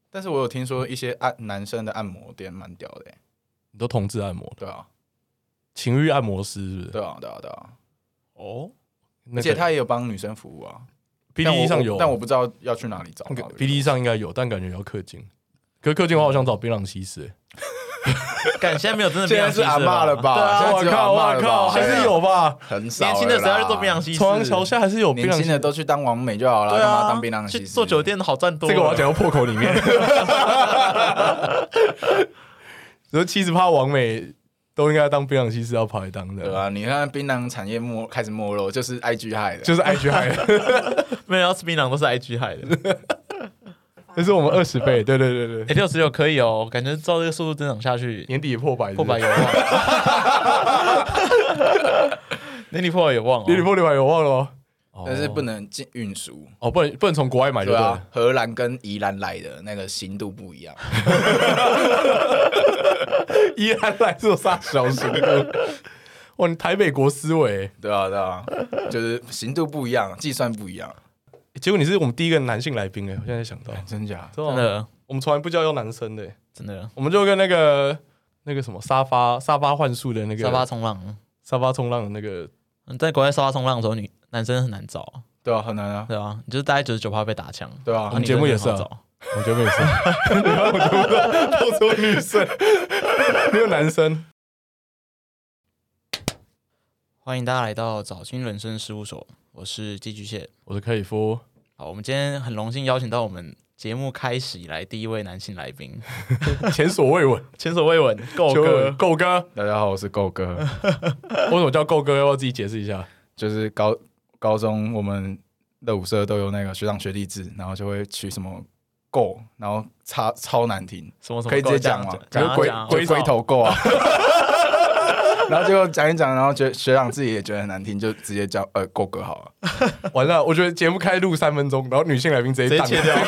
但是我有听说一些男生的按摩店蛮屌的， 你都同志按摩？ 对啊， 情欲按摩师是不是？ 对啊，对啊，对啊。 哦， 而且他也有帮女生服务啊。 PTT 上有， 但我不知道要去哪里找。 PTT 上应该有，但感觉要氪金。可是氪金的话，我想找槟榔西施。 感现在没有真的槟榔西施现在是阿嬷了吧？ 对啊， 我靠，还是有吧？ 很少。 年轻的时候要做槟榔西施， 重阳桥下还是有槟榔西施。 年轻的都去当王美就好了，干嘛当槟榔西施？ 去做酒店好赚多。 这个我要讲到破口里面。说70%王美都应该当槟榔西施要跑来当的， 对啊，你看槟榔产业开始没落，就是 IG 害的， 就是 IG 害的。 没有要吃槟榔都是 IG 害的。 这是我们20倍，对。 66可以哦，感觉照这个速度增长下去， 年底破百， 破百有望。年底破百有望， 年底破600有望了哦。 但是不能进运输哦，不能从国外买，对吧？ 荷兰跟宜兰来的那个刑度不一样。 宜兰来做啥小刑度？哇，你台北国思维， 对啊，就是刑度不一样，计算不一样。 结果你是我们第一个男性来宾我现在想到， 真假？ 真的， 我们从来不叫男生的， 真的， 我们就跟那个什么沙发幻术的那个沙发冲浪的那个， 在国外沙发冲浪的时候，男生很难找， 对啊，很难啊， 对啊，你就是大概99%被打枪， 对啊， 我们节目也是，我节目也是，我节目都只有女生，没有男生。 欢迎大家来到早金人生事务所，我是寄居蟹， 我是克里夫。 好，我们今天很荣幸邀请到我们节目开始以来第一位男性来宾， 前所未闻，够哥。 大家好，我是够哥。 为什么叫够哥？要不要自己解释一下？ 就是高中我们热舞社都有那个学长学弟制，然后就会取什么够，然后超难听， 什么可以直接讲吗？ 就是龟头够啊。然后结果讲一讲，然后学长自己也觉得很难听，就直接叫够哥好了。 完了，我觉得节目开录3分钟，然后女性来宾直接切掉。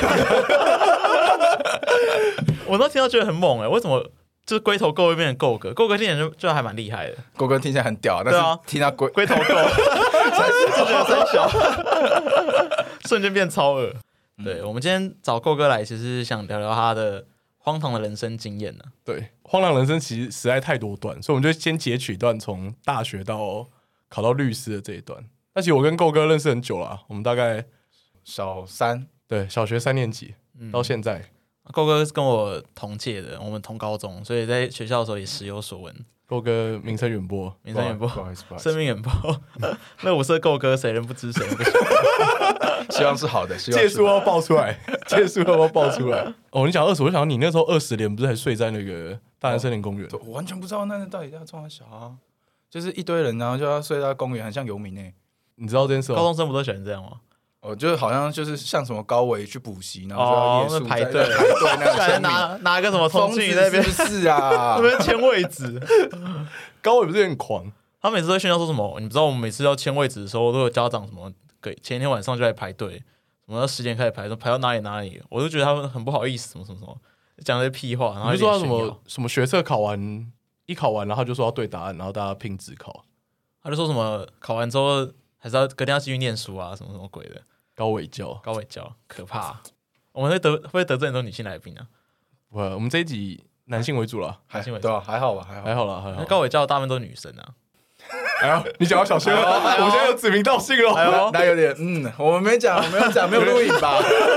我都听到觉得很猛为什么就是龟头够会变成够哥？够哥听起来就还蛮厉害的。 够哥听起来很屌，但是听到龟头够，就觉得三小，瞬间变超恶。对，我们今天找够哥来，其实是想聊聊他的荒唐的人生经验呢。 对，荒唐人生其实实在太多段，所以我们就先截取一段从大学到考到律师的这一段。那其实我跟够哥认识很久了，我们大概小3， 对，小学3年级到现在。 够哥是跟我同届的，我们同高中，所以在学校的时候也时有所闻。 够哥名声远播， 不好意思， 声名远播。那我是够哥，谁人不知谁人不晓。 希望是好的， 借书要爆出来，借书要不要爆出来？哦，你讲20，我想到你那时候20年不是还睡在那个大安森林公园？ 我完全不知道那到底要冲小啊，就是一堆人，然后就要睡在公园，很像游民你知道这件事吗？ 高中生不都喜欢这样吗？ 就是好像就是像什么高维去补习，然后就要夜宿排队那个拿一个什么通讯那边是啊， 那边签位置。 高维不是很狂？ 他每次都炫耀说什么？你知道我们每次要签位置的时候，都有家长什么前一天晚上就来排队，什么要10点开始排，排到哪里，我就觉得他们很不好意思，什么，讲那些屁话，然后就说他什么学测考完，然后就说要对答案，然后大家拼指考， 他就说什么考完之后还是要隔天要继续念书啊，什么鬼的。 高伟教可怕。我们会不会得罪很多女性来宾啊？ 不会，我们这一集男性为主了， 对啊，还好吧， 还好啦。 高伟教大部分都是女生啊。 哎呦，你讲到小轩了，我们现在有指名道姓了。 那有点我们没有讲，没有录影吧？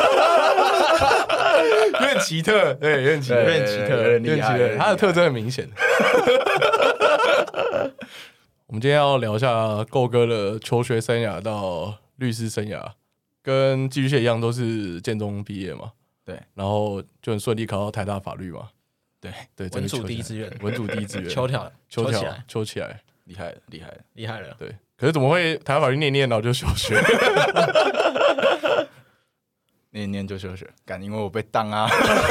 有点奇特，对，有点奇特，他的特征很明显。我们今天要聊一下够哥的求学生涯到律师生涯，跟寄居蟹一样，都是建中毕业嘛。 对， 然后就很顺利考到台大法律嘛。对， 文组第一志愿， 求起来， 厉害了。 对，可是怎么会台大法律念然后就休学？ 念就休学，因为我被当啊。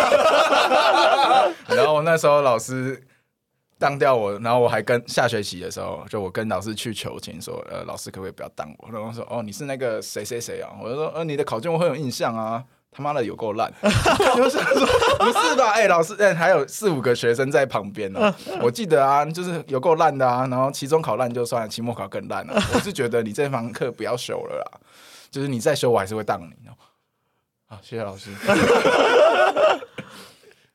然后那时候老师当掉我，然后我还跟下学期的时候，就我跟老师去求情说，老师可不可以不要当我？然后说你是那个谁谁谁啊？我就说你的考卷我会有印象啊。他妈的有够烂，就想说不是吧？老师，还有4-5个学生在旁边呢。我记得啊，就是有够烂的啊。然后期中考烂就算了，期末考更烂了。我是觉得你这堂课不要修了啦，就是你再修我还是会当你。好，谢谢老师。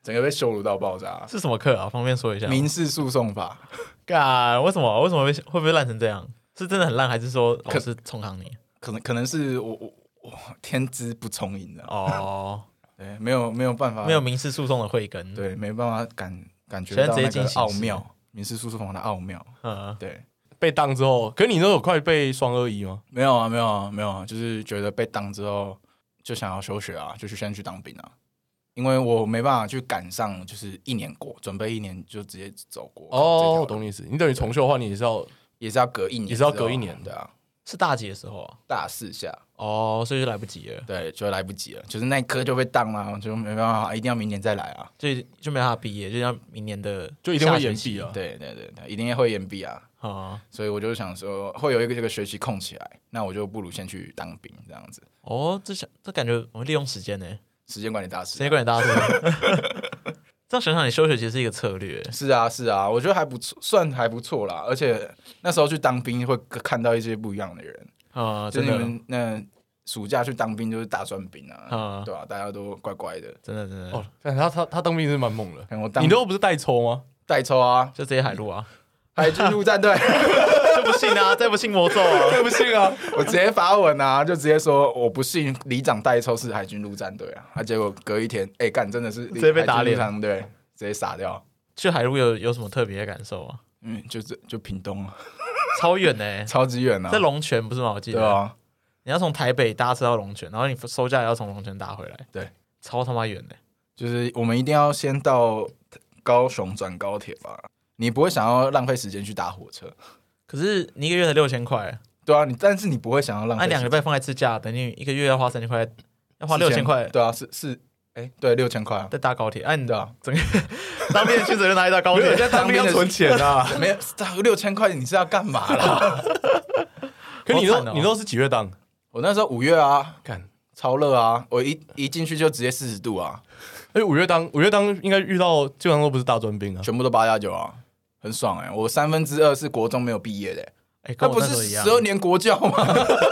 整个被羞辱到爆炸。 是什么课啊？方便说一下吗？ 民事诉讼法， 干，为什么会不会烂成这样？是真的很烂，还是说老师冲康你？ 可能是我天资不聪颖的哦， 对，没有办法， 没有民事诉讼的慧根， 对，没办法感觉现在到那个直接进行奥妙，民事诉讼法的奥妙。对， 被当之后，可是你那时候快被双21吗？ 没有啊，就是觉得被当之后就想要休学啊，就先去当兵啊。因为我没办法去赶上，就是1年过，准备1年就直接走过。 哦，懂你意思。你等于重修的话，你也是要隔1年， 也是要隔1年， 对啊。 是大几的时候啊？ 大4下。 哦，所以就来不及了。 对，就来不及了，就是那一科就被当了，就没办法，一定要明年再来啊。 就没办法毕业，就要明年的就一定会延毕啊。 对，一定会延毕啊。所以我就想说，会有这个学期空起来，那我就不如先去当兵这样子。 哦，这感觉我们利用时间呢， 时间管理大师， 时间管理大师。这样想想，你休学其实是一个策略。 是啊，我觉得还不错，算还不错啦。而且那时候去当兵会看到一些不一样的人啊，就你们那暑假去当兵就是大专兵啊，对吧？大家都乖乖的， 真的。 哦，他当兵是蛮猛的。 你都不是代抽吗？ 代抽啊， 就直接海陆啊， 海军陆战队。 这不信啊，这不信魔咒啊， 这不信啊！ 我直接发文啊，就直接说我不信里长代抽是海军陆战队啊，结果隔一天，干真的是直接被打脸， 对，直接傻掉。 去海陆有什么特别的感受啊？ 就屏东啊， 超远呢， 超级远啊， 在龙泉不是吗？我记得。 对啊， 你要从台北搭车到龙泉，然后你收假也要从龙泉搭回来， 对， 超他妈远的。 就是我们一定要先到高雄转高铁吧，你不会想要浪费时间去搭火车。 可是你1个月才6000块， 对啊，但是你不会想要浪费。 2个礼拜放在自驾，等你1个月要花3000块，要花6000块。 对啊，对，6000块啊， 再搭高铁。你对啊， 整个当兵的薪水就拿一搭高铁， 在当兵要存钱啊， 没有6000块，你是要干嘛啦？ 可你都是几月当？ 我那时候5月啊， 干超热啊，我一进去就直接40度啊。 5月当应该遇到基本上都不是大专兵啊， 全部都8+9啊。很爽我2/3是国中没有毕业的他不是12年国教吗？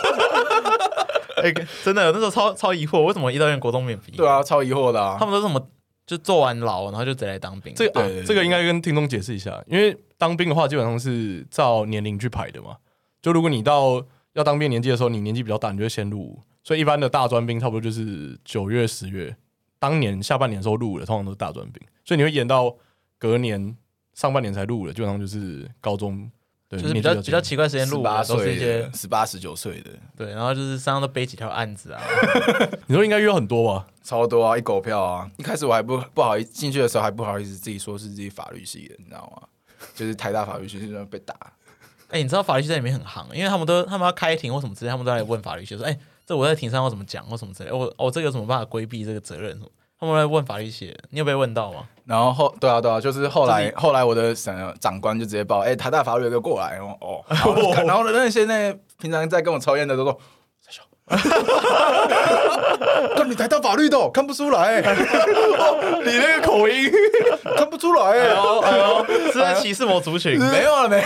真的，那时候超疑惑，为什么1到6国中没有毕业？ 对啊，超疑惑的啊。 他们都是什么就做完牢，然后就直接来当兵。 这个应该跟听众解释一下，因为当兵的话基本上是照年龄去排的嘛。就如果你到要当兵年纪的时候，你年纪比较大，你就会先入伍。所以一般的大专兵差不多就是9月、10月，当年下半年的时候入伍的，通常都是大专兵。所以你会演到隔年上半年才入伍的，基本上就是高中，对， 就是比较奇怪时间入伍的，都是一些 18、19岁的， 对，然后就是身上都背几条案子啊。 你说应该遇到很多吧？ 超多啊，一狗票啊！一开始我还不好意思进去的时候还不好意思自己说是自己法律系的，你知道吗？就是台大法律系就被打。 你知道法律系在里面很行，因为他们要开庭或什么之类，他们都来问法律系说，这我在庭上要怎么讲或什么之类，我这个有什么办法规避这个责任什么？他们来问法律系，你有被问到吗？ 然后对啊，就是后来我的长官就直接报，台大法律有个过来然后那些平常在跟我抽烟的都说，你台大法律的看不出来， 你那个口音看不出来， 是在歧视某族群？ 没有了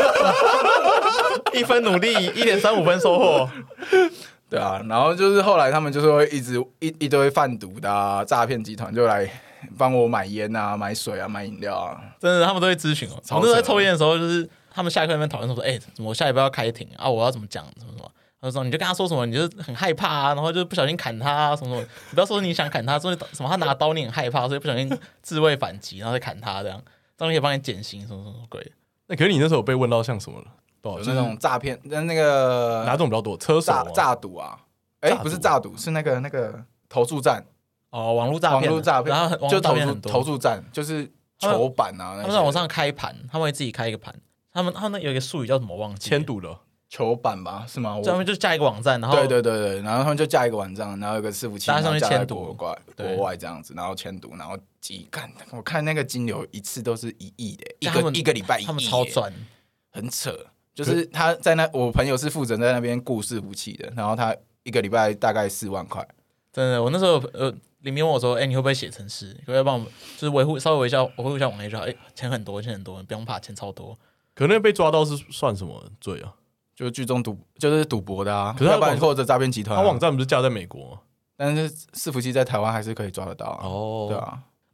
，1分努力1.35分收获。 对啊，然后就是后来他们就是会一堆贩毒的诈骗集团就来帮我买烟啊、买水啊、买饮料啊， 真的他们都会咨询我那时候在抽烟的时候，就是他们下课那边讨论说，怎么我下礼拜要开庭啊？我要怎么讲什么什么？他就说你就跟他说什么，你就很害怕啊，然后就不小心砍他啊什么什么，你不要说你想砍他，说什么他拿刀你很害怕，所以不小心自卫反击，然后再砍他这样可以帮你减刑什么什么鬼。 那可是你那时候有被问到像什么了？ 有那种诈骗，那个哪种比较多？车手诈赌啊？不是诈赌，是那个投注站网络诈骗，然后就投注站，就是球板啊。 他们在网上开盘，他们会自己开一个盘，他们有一个术语叫什么忘记？ 签赌的球板吧？是吗？ 他们就架一个网站，然后对，然后他们就架一个网站，然后有个伺服器， 大家上面签赌， 国外这样子，然后签赌，然后我看那个金流一次都是1亿的，一个礼拜1亿， 他们超赚，很扯。就是他在我朋友是负责在那边雇伺服器的，然后他1个礼拜大概4万块。真的，我那时候里面问我说，你会不会写程式？可不可以帮我就是稍微维护一下网页就好？钱很多，不用怕，钱超多。 可能被抓到是算什么罪啊？ 就是聚众就是赌博的啊。 可是他或者诈骗集团， 他网站不是架在美国吗？ 但是伺服器在台湾还是可以抓得到啊。 哦， 对啊。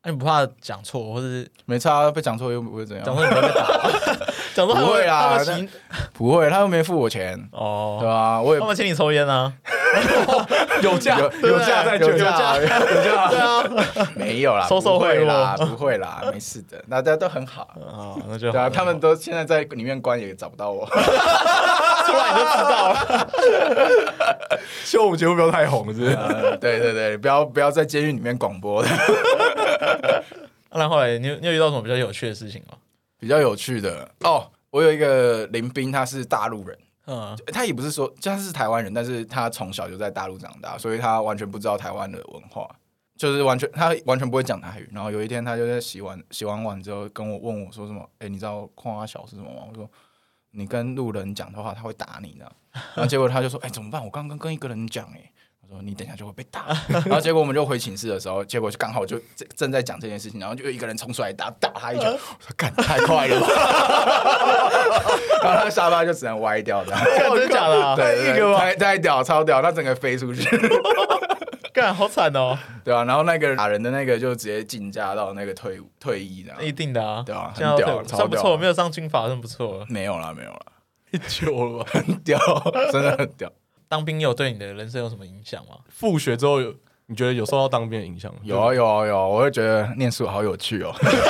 那你不怕讲错，或是没差，被讲错又不会怎样。 讲错你会被打？讲错不会啦，不会，他又没付我钱， 哦， 对吧？我也他们请你抽烟啊， 有价在有价， 价， 对啊， 没有啦， 收受贿啦，不会啦，没事的，大家都很好。 哦，那就对啊，他们都现在在里面关也找不到我， 出来你就知道了。 希望我们节目不要太红，是不是？ 对，不要在监狱里面广播的。 那后来你有遇到什么比较有趣的事情吗？ 比较有趣的哦，我有一个邻兵，他是大陆人，他也不是说他是台湾人，但是他从小就在大陆长大，所以他完全不知道台湾的文化，就是他完全不会讲台语。然后有一天，他就在洗完碗之后跟我问我说什么？你知道“夸小”是什么吗？我说你跟路人讲的话，他会打你的。然后结果他就说：“怎么办？我刚刚跟一个人讲我说你等一下就会被打，然后结果我们就回寝室的时候，结果刚好就正在讲这件事情，然后就有一个人冲出来打他一拳，我说干太快了吧，然后他沙发就只能歪掉的， 真的假的？ 对，太屌，超屌，他整个飞出去， 干好惨哦， 对啊，然后那个打人的那个就直接竞价到那个退役的， 一定的啊， 对啊，很屌， 算不错，没有上军法算不错了， 没有啦， 太久了吧， 很屌，真的很屌。 当兵有对你的人生有什么影响吗？ 复学之后你觉得有受到当兵的影响吗？ 有，我会觉得念书好有趣哦，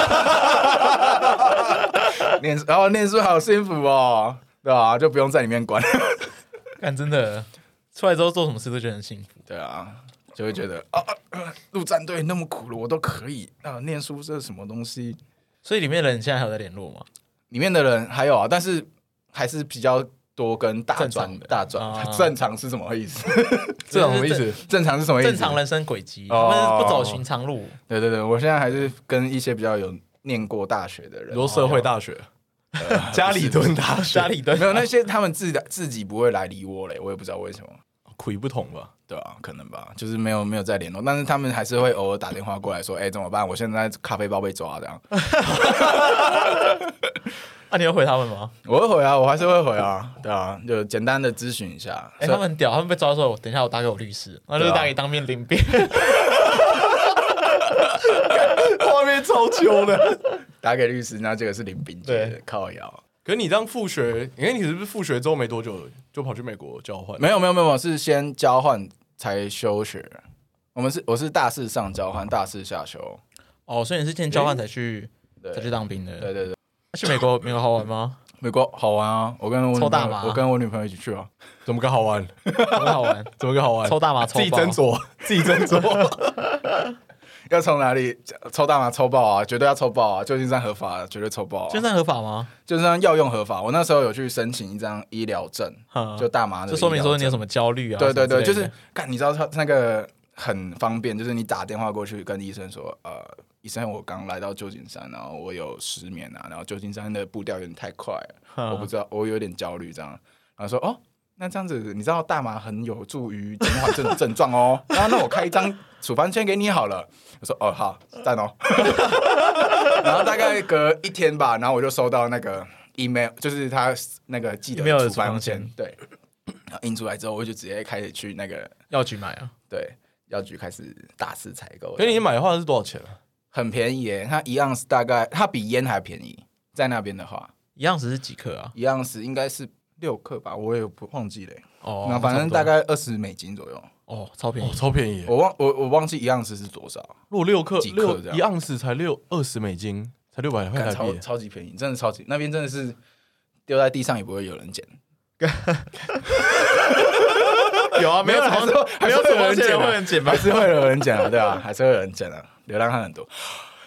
念书好幸福哦，对啊，就不用在里面关。 干真的，出来之后做什么事都觉得很幸福。 对啊，就会觉得陆战队那么苦了，我都可以念书这是什么东西？ 所以里面的人现在还有在联络吗？ 里面的人还有啊，但是还是比较多跟大专正常是什么意思？ 正常什么意思？ 正常是什么意思？ 正常人生轨迹，他们不走寻常路。 对，我现在还是跟一些比较有念过大学的人， 比如社会大学、家里蹲大学、 家里蹲， 没有那些他们自己不会来理我嘞，我也不知道为什么。 苦不同吧， 对啊，可能吧，就是没有再联络，但是他们还是会偶尔打电话过来说，怎么办？我现在咖啡包被抓这样。 你会回他们吗？ 我会回啊，我还是会回啊，对啊，就简单的咨询一下。 他们很屌，他们被抓的时候，等一下我打给我律师，然后就打给当面领兵， 画面超糗的， 打给律师，然后这个是林兵对靠腰。 可是你当复学，你是不是复学之后没多久就跑去美国交换？ 没有，是先交换才休学。我是大四上交换，大四下休。 哦，所以你是先交换才去当兵的？ 对。 去美国好玩吗？ 美国好玩啊！我跟我女朋友一起去啊。 怎么个好玩？怎么个好玩？ 抽大麻抽爆， 自己斟酌。 要从哪里抽大麻抽爆啊？绝对要抽爆啊！旧金山合法，绝对抽爆啊！ 旧金山合法吗？ 旧金山药用合法。我那时候有去申请一张医疗证，就大麻的， 就说明说你有什么焦虑啊？ 对，就是你知道他那个很方便，就是你打电话过去跟医生说，医生，我刚来到旧金山，然后我有失眠啊，然后旧金山的步调有点太快了，我不知道，我有点焦虑这样，然后说那这样子，你知道大麻很有助于减缓这种症状哦。然后那我开一张处方签给你好了。我说好，赞哦。然后大概隔1天吧，然后我就收到那个 email， 就是他那个寄的处方签，对。然后印出来之后，我就直接开始去那个药局买啊。 对，药局开始大肆采购。 可是你买的话是多少钱啊？ 很便宜耶，它1盎司大概它比烟还便宜，在那边的话 ，1盎司是几克啊 ？1盎司应该是6克吧，我也忘记了。 那反正大概$20左右。 超便宜， 超便宜。 我忘记1盎司是多少。 如果6克几克这样， 1盎司才$20，才600块台币， 超级便宜，真的超级。那边真的是丢在地上也不会有人捡。 有啊，没有什么捡吗？ 还是会有人捡啊，对啊，还是会有人捡啊。流浪汉很多。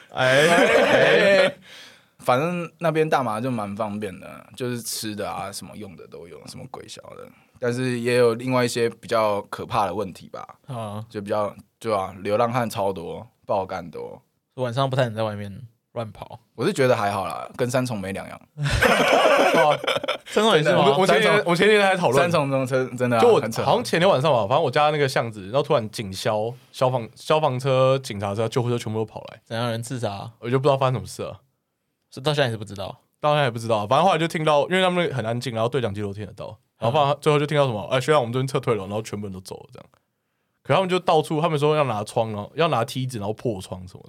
反正那边大麻就蛮方便的，就是吃的啊，什么用的都有，什么鬼小的。但是也有另外一些比较可怕的问题吧，就比较流浪汉超多，爆干多， 晚上不太能在外面乱跑。 我是觉得还好啦，跟三重没两样。 三重也是吗？ 我前天还讨论三重中车真的就我好像前天晚上吧，反正我家那个巷子，然后突然警消、消防车、警察车、救护车全部都跑来， 怎样人自杀？ 我就不知道发生什么事了， 是到现在也是不知道， 到现在也不知道。反正后来就听到，因为他们很安静，然后对讲机都听得到，然后最后就听到什么，学长我们这边撤退了，然后全部人都走了这样。可他们就到处，他们说要拿窗，然后要拿梯子，然后破窗什么的。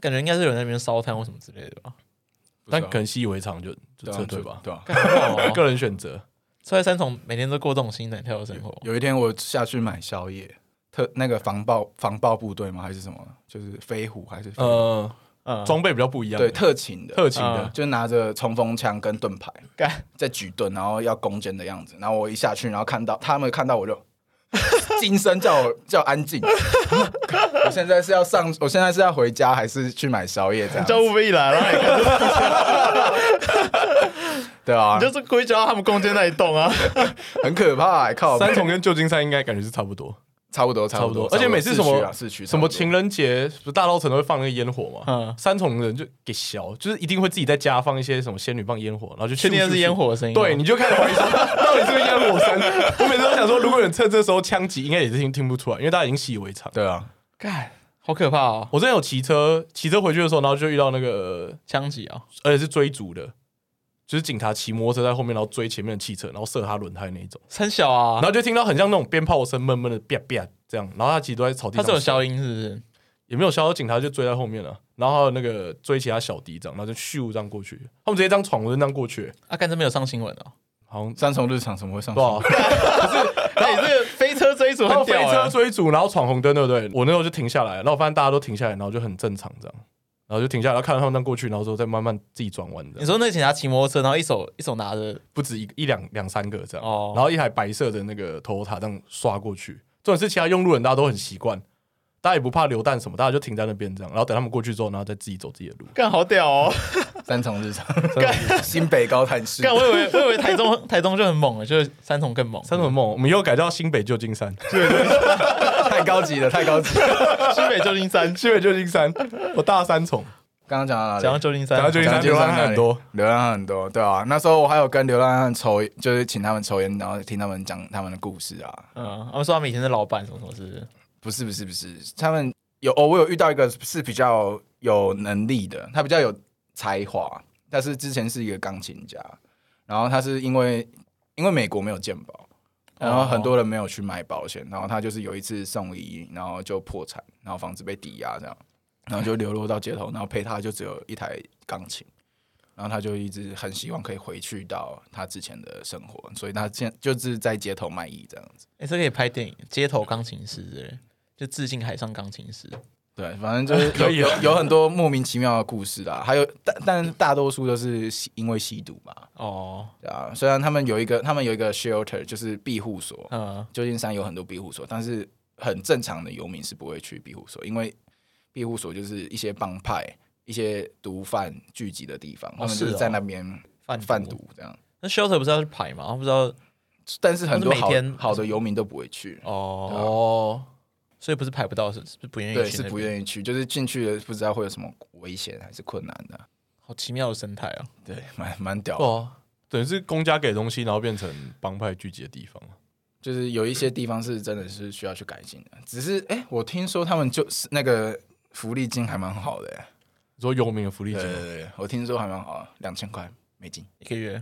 感觉应该是有人在那边烧炭或什么之类的吧。 但可能习以为常就撤退吧， 对啊， 个人选择。 住在三重，每天都过这种心胆跳的生活。 有一天我下去买宵夜，那个防爆部队吗？还是什么？就是飞虎还是装备比较不一样， 对，特勤的，就拿着冲锋枪跟盾牌在举盾，然后要攻坚的样子。然后我一下去，然后他们看到我就惊声叫安静。我现在是要回家还是去买宵夜？这样叫务必来，然后你看， 对啊， 你就是故意叫他们攻坚那一栋啊， 很可怕。靠， 三重跟旧金山应该感觉是差不多。 差不多， 而且每次市区什么情人节，不是大稻埕都会放那个烟火嘛？三重人就给小，就是一定会自己在家放一些什么仙女棒烟火，然后就确定是烟火的声音。 对，你就开始怀疑说到底是不是烟火声？我每次都想说，如果有人趁这时候枪击，应该也是听不出来，因为大家已经习以为常。 对啊， 干，好可怕哦！ 我之前有骑车回去的时候，然后就遇到那个枪击啊， 而且是追逐的。就是警察骑摩托车在后面，然后追前面的汽车，然后射他轮胎那一种， 很小啊， 然后就听到很像那种鞭炮声，闷闷的啪啪这样，然后他其实都在草地上。 他是有消音是不是？ 也没有消，警察就追在后面了，然后还有那个追其他小弟这样，然后就咻这样过去，他们直接这样闯红灯这样过去。 啊，干这没有上新闻哦， 好像三重日常怎么会上新闻？ 可是那你这个飞车追逐很屌， 飞车追逐然后闯红灯，对不对？我那时候就停下来，然后我发现大家都停下来，然后就很正常这样。然后就停下来，然后看到他们这样过去，然后之后再慢慢自己转弯的。 你说那警察骑摩托车，然后一手拿着， 不止两三个这样， 哦， 然后一台白色的那个Toyota这样刷过去。重点是其他用路人大家都很习惯，大家也不怕流弹什么，大家就停在那边这样，然后等他们过去之后，然后再自己走自己的路。 干好屌哦！ 三重日常，新北高潭市。 干我以为台中就很猛了，就是三重更猛。 三重很猛，我们以后改叫新北旧金山。 太高级了，太高级了！ 新北旧金山， 我大三重。 刚刚讲到哪里？ 讲到旧金山， 流浪汉很多， 对啊。那时候我还有跟流浪汉就是请他们抽烟，然后听他们讲他们的故事啊。 他们说他们以前是老板，什么是？ 不是，他们我有遇到一个是比较有能力的，他比较有才华，但是之前是一个钢琴家，然后他是因为美国没有健保。然后很多人没有去买保险，然后他就是有一次送医，然后就破产，然后房子被抵押这样，然后就流落到街头，然后陪他就只有一台钢琴，然后他就一直很希望可以回去到他之前的生活，所以他现在就是在街头卖艺这样子。 这可以拍电影《街头钢琴师》对，就致敬海上钢琴师。对， 反正就是有很多莫名其妙的故事啦，还有但大多数都是因为吸毒嘛。 哦， 对啊，虽然他们有一个 shelter 就是庇护所，旧金山有很多庇护所，但是很正常的游民是不会去庇护所，因为庇护所就是一些帮派、一些毒贩聚集的地方，他们就是在那边贩毒这样。 那 shelter 不是要去排吗？他不知道， 但是很多好的游民都不会去。 哦。所以不是排不到，是不愿意去。 对，是不愿意去，就是进去了不知道会有什么危险还是困难的。 好奇妙的生态啊！ 对，蛮屌的。 等于是公家给东西，然后变成帮派聚集的地方。 就是有一些地方是真的是需要去改进的。只是我听说他们就是那个福利金还蛮好的。 你说游民的福利金？ 对，我听说还蛮好的，$2000美金一个月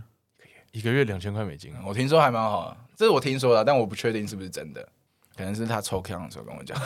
$2000美金。 我听说还蛮好的，这是我听说的，但我不确定是不是真的。可能是他抽枪的时候跟我讲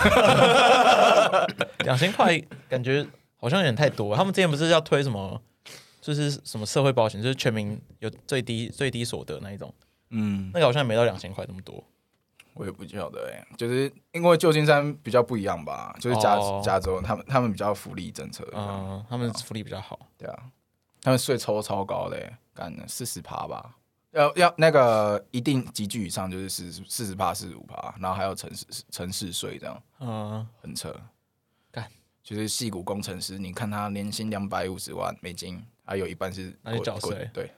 ，$2000感觉好像有点太多。他们之前不是要推什么，就是什么社会保险，就是全民有最低所得那一种。那个好像没到$2000这么多。 我也不晓得就是因为旧金山比较不一样吧，就是加州他们比较福利政策， 他们福利比较好。 对啊，他们税抽超高的干40%吧。要那个一定集聚以上就是40%、45%，然后还有城市税这样，很扯。 干， 就是矽谷工程师，你看他年薪$250万，还有一半是那就缴税。 对，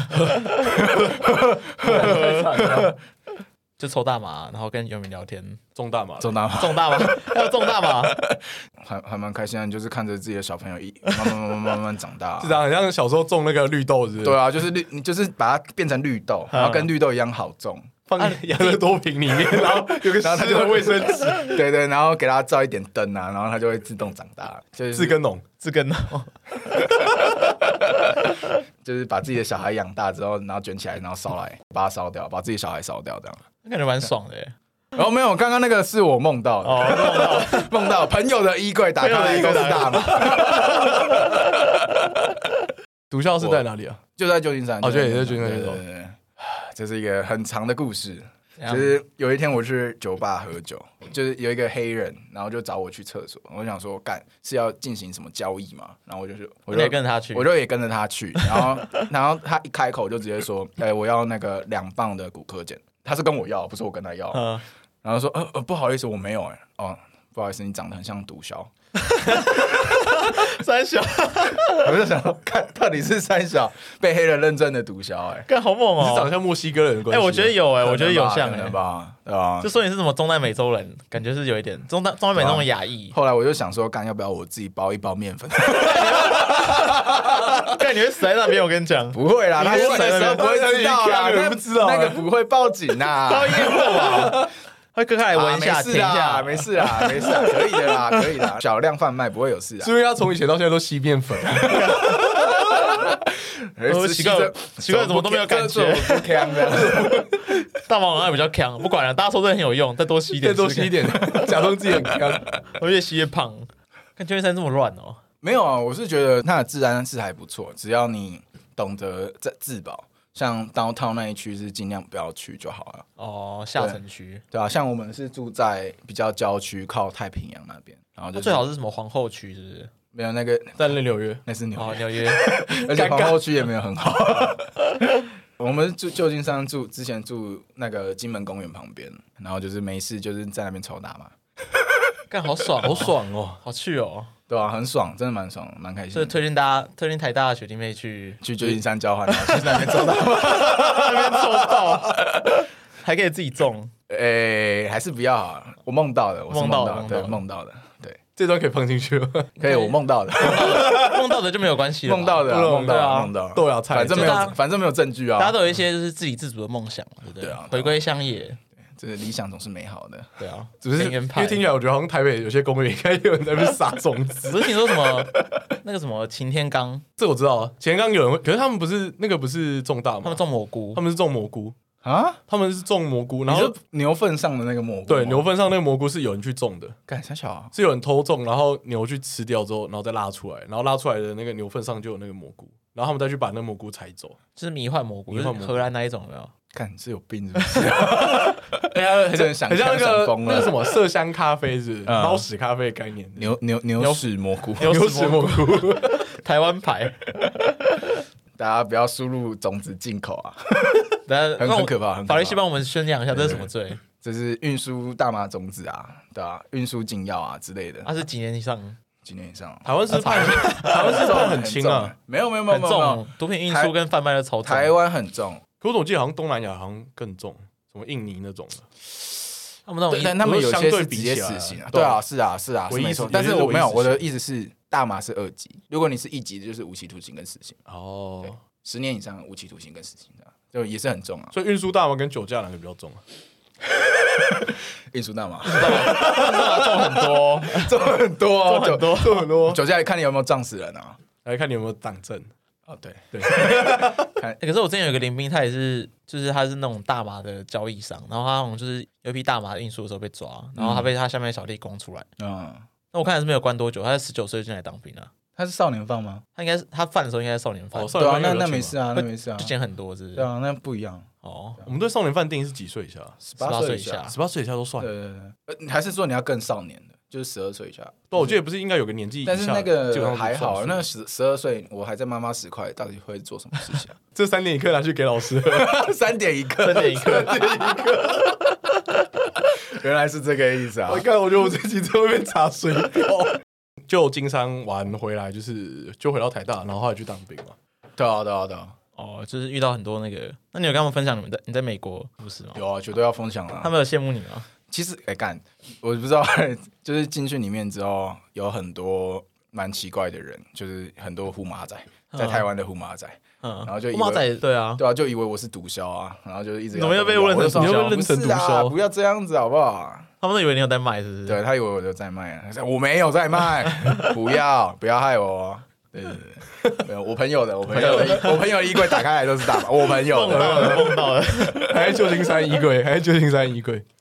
就抽大麻，然后跟游民聊天， 种大麻， 还有种大麻， 还蛮开心的，就是看着自己的小朋友慢慢长大， 是这样，很像小时候种那个绿豆子。 对啊，就是你就是把它变成绿豆，然后跟绿豆一样好种， 放在养乐多瓶里面，然后有个湿的卫生纸， 对，然后给它照一点灯啊，然后它就会自动长大，就是自耕农， 就是把自己的小孩养大之后，然后卷起来，然后烧来，把它烧掉，把自己小孩烧掉，这样。 感觉蛮爽的耶。 然后没有，刚刚那个是我梦到的，梦到朋友的衣柜打开来都是大麻。 毒枭是在哪里啊？ 就在旧金山。 哦，对，也在旧金山。 对，这是一个很长的故事。 就就是有一天我去酒吧喝酒，就是有一个黑人，然后就找我去厕所。我想说，干是要进行什么交易嘛？然后我就跟着他去， 我就也跟着他去。然后他一开口就直接说：“我要那个2磅的骨科碱。”他是跟我要，不是我跟他要。然后说：“不好意思，我没有。”不好意思，你长得很像毒枭。 三小， 我就想说，看到底是三小被黑人认证的毒枭， 干好猛是长得像墨西哥人的关系。 我觉得有我觉得有像吧，对吧？ 就说你是什么中南美洲人，感觉是有一点中南美那种亚裔。 后来我就想说，干要不要我自己包一包面粉？ 干你会死在那边，我跟你讲， 不会啦，他死的时候不会知道啦， 不知道那个不会报警呐， 包验货吧。会割开来闻一下，停一下， 没事啦，可以的啦，可以啦，小量贩卖不会有事啊。 是因为他从以前到现在都吸面粉， 奇怪，怎么都没有感觉？大麻好像比较强，不管了，大家说这很有用，再多吸一点， 假装自己很强， 我越吸越胖。看旧金山这么乱哦， 没有啊，我是觉得它的治安是还不错，只要你懂得自保。像downtown那一区是尽量不要去就好了。 哦，下城区对啊，像我们是住在比较郊区，靠太平洋那边，然后就最好是什么皇后区，是不是？ 没有那个在纽约， 那是纽约， 而且皇后区也没有很好。我们住旧金山之前住那个金门公园旁边，然后就是没事就是在那边抽大麻， 干好爽， 好爽哦， 好去哦。 对啊，很爽，真的蛮爽，蛮开心。 所以推荐台大的学弟妹去旧金山交换，然后去那边抽大麻， 那边抽到，还可以自己种。 还是不要好。我梦到的，梦到的，对， 这段可以放进去吗？ 可以，我梦到的， 梦到的就没有关系了。 梦到的， 豆芽菜， 反正没有证据啊。 大家都有一些就是自给自足的梦想，对不对？回归乡野。 这个理想总是美好的， 对啊， 只是因为听起来我觉得好像台北有些公园应该有人在那边撒种子。 不是听说什么那个什么擎天岗， 这我知道啊，擎天岗有人会，可是他们不是那个不是种大麻， 他们种蘑菇， 他们是种蘑菇啊， 他们是种蘑菇，然后牛粪上的那个蘑菇， 对，牛粪上那个蘑菇是有人去种的， 干啥小啊？ 是有人偷种，然后牛去吃掉之后，然后再拉出来，然后拉出来的那个牛粪上就有那个蘑菇，然后他们再去把那个蘑菇采走， 就是迷幻蘑菇，就是荷兰那一种，有没有？ 看是有病是不是？ 很像那个什么麝香咖啡是猫屎咖啡的概念， 牛屎蘑菇， 牛屎蘑菇， 台湾牌， 大家不要输入种子进口啊， 很可怕。 法律系帮我们宣扬一下，这是什么罪？ 这是运输大麻种子啊，对吧？运输禁药啊之类的。 是几年以上？ 几年以上？ 台湾是判很轻啊， 没有， 很重，毒品运输跟贩卖的超重。 台湾很重， 可我总记得好像东南亚好像更重，什么印尼那种的。 但他们有些是直接死刑啊。对啊，是没错。但是我没有，我的意思是大麻是2级，如果你是1级，就是无期徒刑跟死刑。 哦 ，10年以上无期徒刑跟死刑的，就也是很重啊。 所以运输大麻跟酒驾哪个比较重啊？ 运输大麻， 重很多， 重很多。酒驾看你有没有撞死人啊？ 来看你有没有党证。 哦，对。 可是我之前有个邻兵，他也是，就是他是那种大麻的交易商，然后他好像就是有一批大麻运输的时候被抓，然后他被他下面的小弟供出来。那我看还是没有关多久，他是19岁进来当兵啊。 他是少年犯吗？ 他应该是他犯的时候应该是少年犯。 对啊，那没事啊， 就减很多，是不是？ 对啊，那不一样。 哦， 我们对少年犯定义是几岁以下 ？18岁以下 ，18岁以下都算。 对，还是说你要更少年的，就是12岁以下？ 对，我记得不是应该有个年纪以下， 但是那个还好，那12岁我还在妈妈10块，到底会做什么事情啊？ 这3点一刻拿去给老师 ，3点一刻，原来是这个意思啊！ 我觉得我这集在外面查水表。就金山玩回来，就回到台大，然后后来去当兵嘛。 对啊。 哦，就是遇到很多那个，那你有跟他们分享你在美国故事吗？ 有啊，绝对要分享啊。 他们有羡慕你吗？ 其实我不知道，就是进去里面之后，有很多蛮奇怪的人，就是很多呼麻仔，在台湾的呼麻仔。然后就呼麻仔，对啊， 就以为我是毒枭啊，然后就一直怎么又被认成毒枭？ 不是啊，不要这样子好不好？ 他们都以为你有在卖，是不是？ 对，他以为我有在卖啊，我没有在卖，不要害我。对，没有，我朋友的衣柜打开来都是大麻，我朋友的， 梦到了， 还在旧金山衣柜，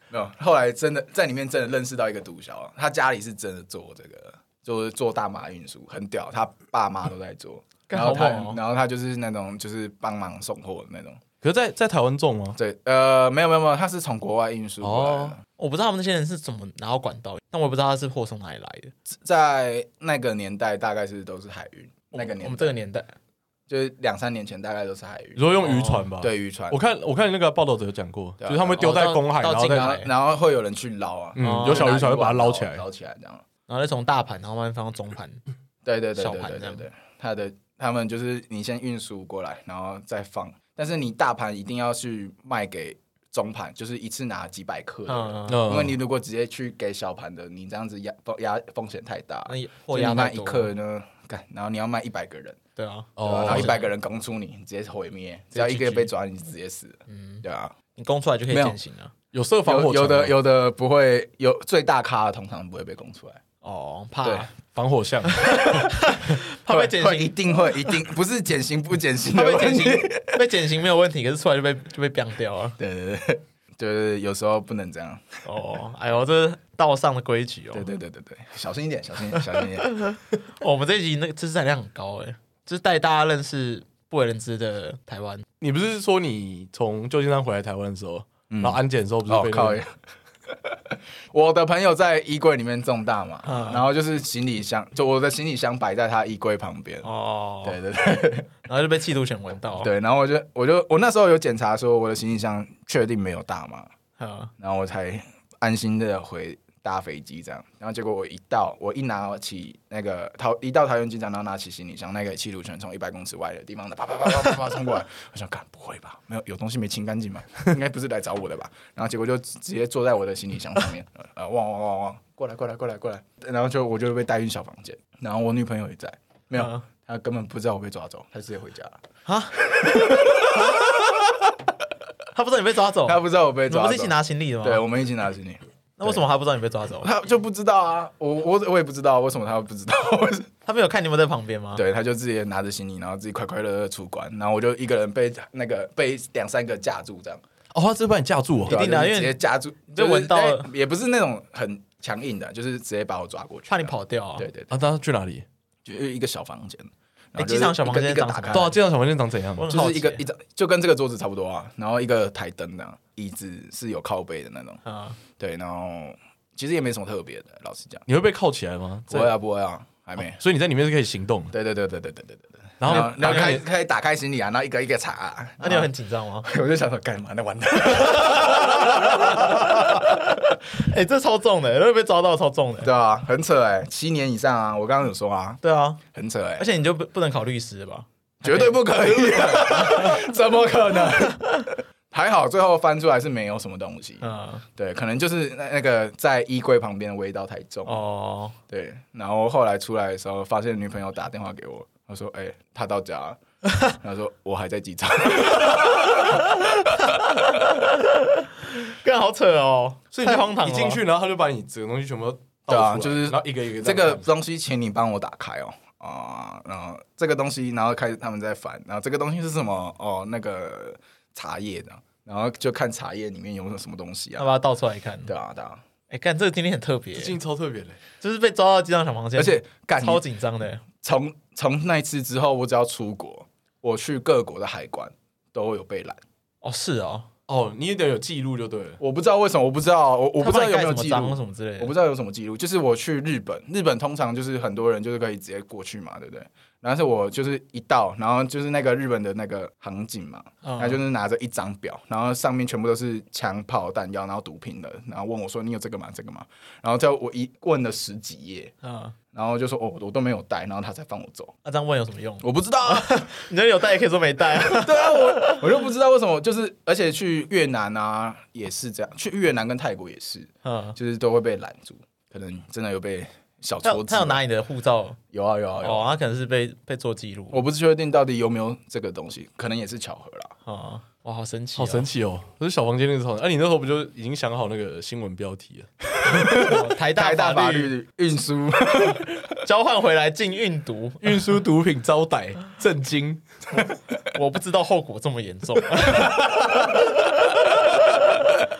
没有，后来真的在里面真的认识到一个毒枭，他家里是真的做这个，就是做大麻运输，很屌，他爸妈都在做。然后他就是那种就是帮忙送货的那种。 可是在台湾种吗？ 对，没有，他是从国外运输过来的。 我不知道他们那些人是怎么拿到管道，但我也不知道他是货从哪里来的。 在那个年代，大概都是海运。那个年代， 我们这个年代就是2-3年前，大概都是海运。 你说用渔船吧？ 对，渔船。 我看那个报道者有讲过，就是他们会丢在公海， 然后会有人去捞啊， 有小渔船会把它捞起来这样。 然后再从大盘，然后慢慢放到中盘， 对，他们就是你先运输过来，然后再放，但是你大盘一定要去卖给中盘，就是一次拿几百克因为你如果直接去给小盘的，你这样子压风险太大， 货压卖1克呢，然后你要卖100个人， 对啊， 然后100个人供出你直接毁灭，只要一个被抓你直接死了，对啊， 你供出来就可以减刑啊， 有设防火墙， 有的不会，有最大咖的通常不会被供出来。 怕防火巷， 怕被减刑， 一定不是减刑不减刑， 被减刑没有问题，可是出来就被毙掉了。 对，就是有时候不能这样。 哎呦，这是道上的规矩哦。 对，小心一点。 我们这一集那个知识含量很高就是带大家认识不为人知的台湾。 你不是说你从旧金山回来台湾的时候，然后安检的时候不是被靠？我的朋友在衣柜里面种大麻，然后就是行李箱，就我的行李箱摆在他衣柜旁边。对， 然后就被缉毒犬闻到。 对，然后我那时候有检查说我的行李箱确定没有大麻，然后我才安心的搭飞机这样。然后结果我一拿起那个一到桃园机场，然后拿起行李箱，那个缉毒犬从100公尺外的地方啪冲过来，我想干不会吧？有东西没清干净吗？应该不是来找我的吧？然后结果就直接坐在我的行李箱上面，汪，过来，然后我就被带进小房间，然后我女朋友也在，没有，她根本不知道我被抓走，她直接回家了。 她不知道你被抓走？ 她不知道我被抓走。 你们不是一起拿行李的吗？ 对，我们一起拿行李。 那为什么他不知道你被抓走？ 他就不知道啊，我也不知道为什么他不知道。 他没有看你们在旁边吗？ 对，他就自己拿着行李，然后自己快快乐乐出关，然后我就一个人被2-3个架住这样。 他直接把你架住一定的，因为直接架住， 就闻到了， 也不是那种很强硬的，就是直接把我抓过去， 怕你跑掉啊。 对。 他去哪里？ 就一个小房间。 机场小房间长什么？ 对啊，机场小房间长怎样？ 就是一张，就跟这个桌子差不多啊，然后一个台灯这样，椅子是有靠背的那种。对，然后其实也没什么特别的，老实讲。 你会被铐起来吗？ 不会啊，还没。 所以你在里面是可以行动。 对。 然后可以打开行李啊，然后一个一个查。 那你有很紧张吗？ 我就想说干嘛？那完蛋。 这超重的，如果被抓到超重的。 对啊，很扯7年以上啊！我刚刚有说啊。 对啊， 很扯而且你就不能考律师吧？ 绝对不可以，怎么可能？还好最后翻出来是没有什么东西。对，可能就是那个在衣柜旁边的味道太重。对，然后后来出来的时候，发现女朋友打电话给我，她说：“她到家了。”她说：“我还在机场。” 更好扯哦， 所以太荒唐了。 你进去，然后他就把你整个东西全部都对啊，就是然后一个一个这个东西，请你帮我打开然后这个东西，然后开始他们在翻，然后这个东西是什么？那个茶叶的，然后就看茶叶里面有没有什么东西啊， 他把它倒出来看。 对啊。 干这个经历很特别， 这经历超特别的， 就是被抓到机场小房间， 而且超紧张的。 从那一次之后，我只要出国，我去各国的海关都有被拦。 是哦。 你也得有记录就对了。 我不知道为什么，我不知道有没有记录什么之类的， 我不知道有什么记录。就是我去日本通常就是很多人就是可以直接过去嘛，对不对？然后是我就是一到，然后就是那个日本的那个航警嘛，他就是拿着一张表，然后上面全部都是枪炮弹药，然后毒品的，然后问我说你有这个吗？然后我一问了10几页，然后就说我都没有带，然后他才放我走。 这样问有什么用？ 我不知道啊， 你这有带也可以说没带啊。 对啊，我就不知道为什么，就是而且去越南啊也是这样，去越南跟泰国也是，就是都会被拦住，可能真的有被小戳子。 他有拿你的护照？ 有啊。 他可能是被做记录。 我不确定到底有没有这个东西，可能也是巧合啦。 哇，好神奇， 好神奇哦！可是小房间那个时候，你那时候不就已经想好那个新闻标题了？ 台大法律运输交换回来禁运毒， 运输毒品遭逮，震惊！ 我不知道后果这么严重。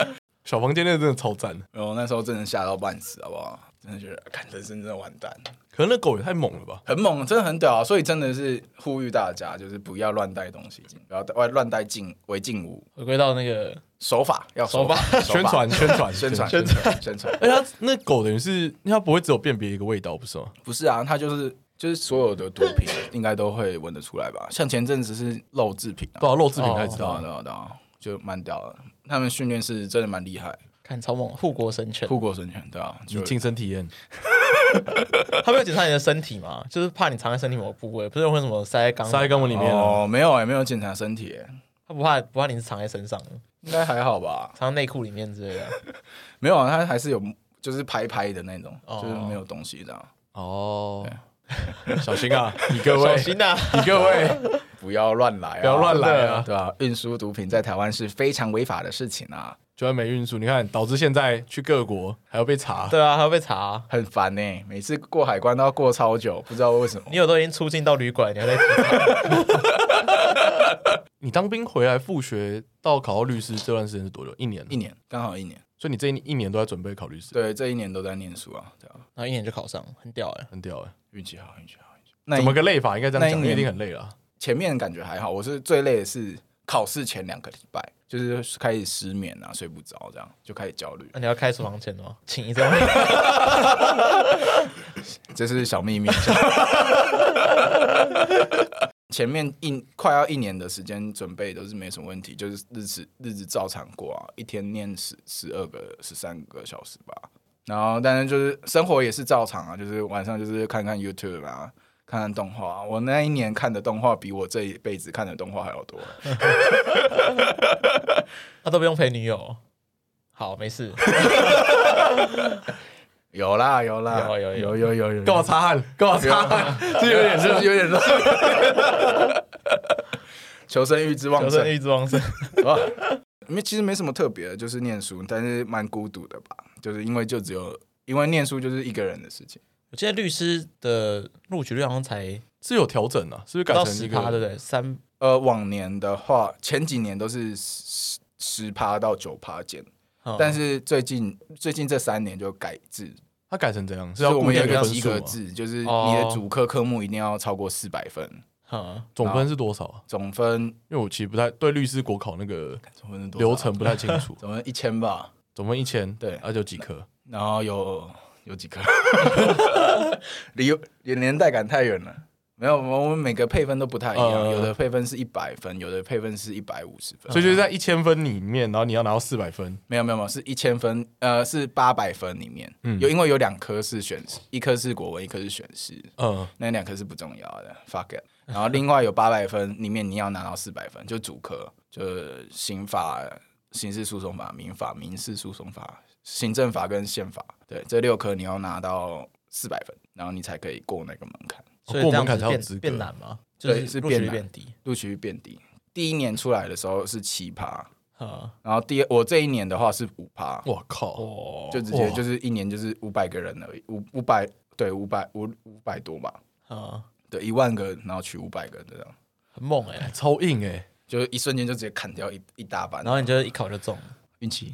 小房间那个真的超赞， 然后那时候真的吓到半死，好不好？真的觉得，看人生真的完蛋。 可能那狗也太猛了吧， 很猛，真的很屌啊！所以真的是呼吁大家，就是不要乱带东西进，不要乱带违禁物。 回归到那个手法要手法宣传。 哎， 它那狗等于是它不会只有辨别一个味道，不是吗？ 不是啊，它就是所有的毒品应该都会闻得出来吧？像前阵子是肉制品啊， 对啊，肉制品才知道， 对啊，就蛮屌的。他们训练是真的蛮厉害， 看超猛，护国神犬， 护国神犬，对啊， 你亲身体验。 他没有检查你的身体嘛？就是怕你藏在身体某个部位，不是会什么塞在肛门里面哦，没有没有检查身体， 他不怕你是藏在身上的， 应该还好吧？ 藏在内裤里面之类的。 没有啊，他还是有就是拍的那种，就是没有东西的。 哦，小心啊，你各位， 小心啊， 你各位不要乱来啊， 不要乱来啊， 对吧？运输毒品在台湾是非常违法的事情啊。 就算没运输，你看导致现在去各国还要被查， 对啊，还要被查， 很烦呢。每次过海关都要过超久，不知道为什么。 你有都已经出境到旅馆，你还在提查？ 你当兵回来复学到考到律师这段时间是多久？一年， 刚好一年。 所以你这一年都在准备考律师？ 对，这一年都在念书啊，对啊。 然后一年就考上，很屌哎， 很屌哎， 运气好。 怎么个累法？应该这样讲，一定很累啊。 前面感觉还好，我是最累的是考试前2个礼拜，就是开始失眠啊，睡不着，这样就开始焦虑。 那你要开厨房钱吗？请一张， 这是小秘密。前面快要1年的时间准备都是没什么问题，就是日子照常过啊，一天念13个小时吧。然后，但是就是生活也是照常啊，就是晚上就是看看 YouTube 啊，看看动画。我那一年看的动画比我这一辈子看的动画还要多。 那都不用陪女友，好，没事。 有啦， 有， 干嘛擦汗？这有点热。 求生欲之旺盛。因为其实没什么特别的，就是念书，但是蛮孤独的吧。就是因为念书就是一个人的事情。 我记得律师的录取率好像才是有调整啊，是不是改成一个 10%对不对？ 往年的话，前几年都是10%到9%减，但是最近这3年就改制。 它改成怎样？ 是我们有一个及格制，就是你的主科目一定要超过400分。 总分是多少啊？ 总分， 因为我其实不太对律师国考那个流程不太清楚。 总分1000吧， 总分1000， 对， 就几科， 然后有几科，离年代感太远了。没有，我们每个配分都不太一样，有的配分是100分，有的配分是150分， 所以就是在1000分里面，然后你要拿到400分。 没有，是1000分，是800分里面，因为有2科是选，一科是国文，一科是选士，那2科是不重要的 ，fuck it。然后另外有800分里面你要拿到400分，就主科，就是刑法、刑事诉讼法、民法、民事诉讼法、行政法跟宪法，对，这6科你要拿到400分，然后你才可以过那个门槛。 所以这样子变难吗？就是录取率变低， 录取率变低。第1年出来的时候是7%，然后我这一年的话是5%。 我靠， 就直接就是一年就是500个人而已，500对500多吧。对，10000个，然后取500个这样， 很猛超硬就一瞬间就直接砍掉一大半， 然后你就一考就中， 运气。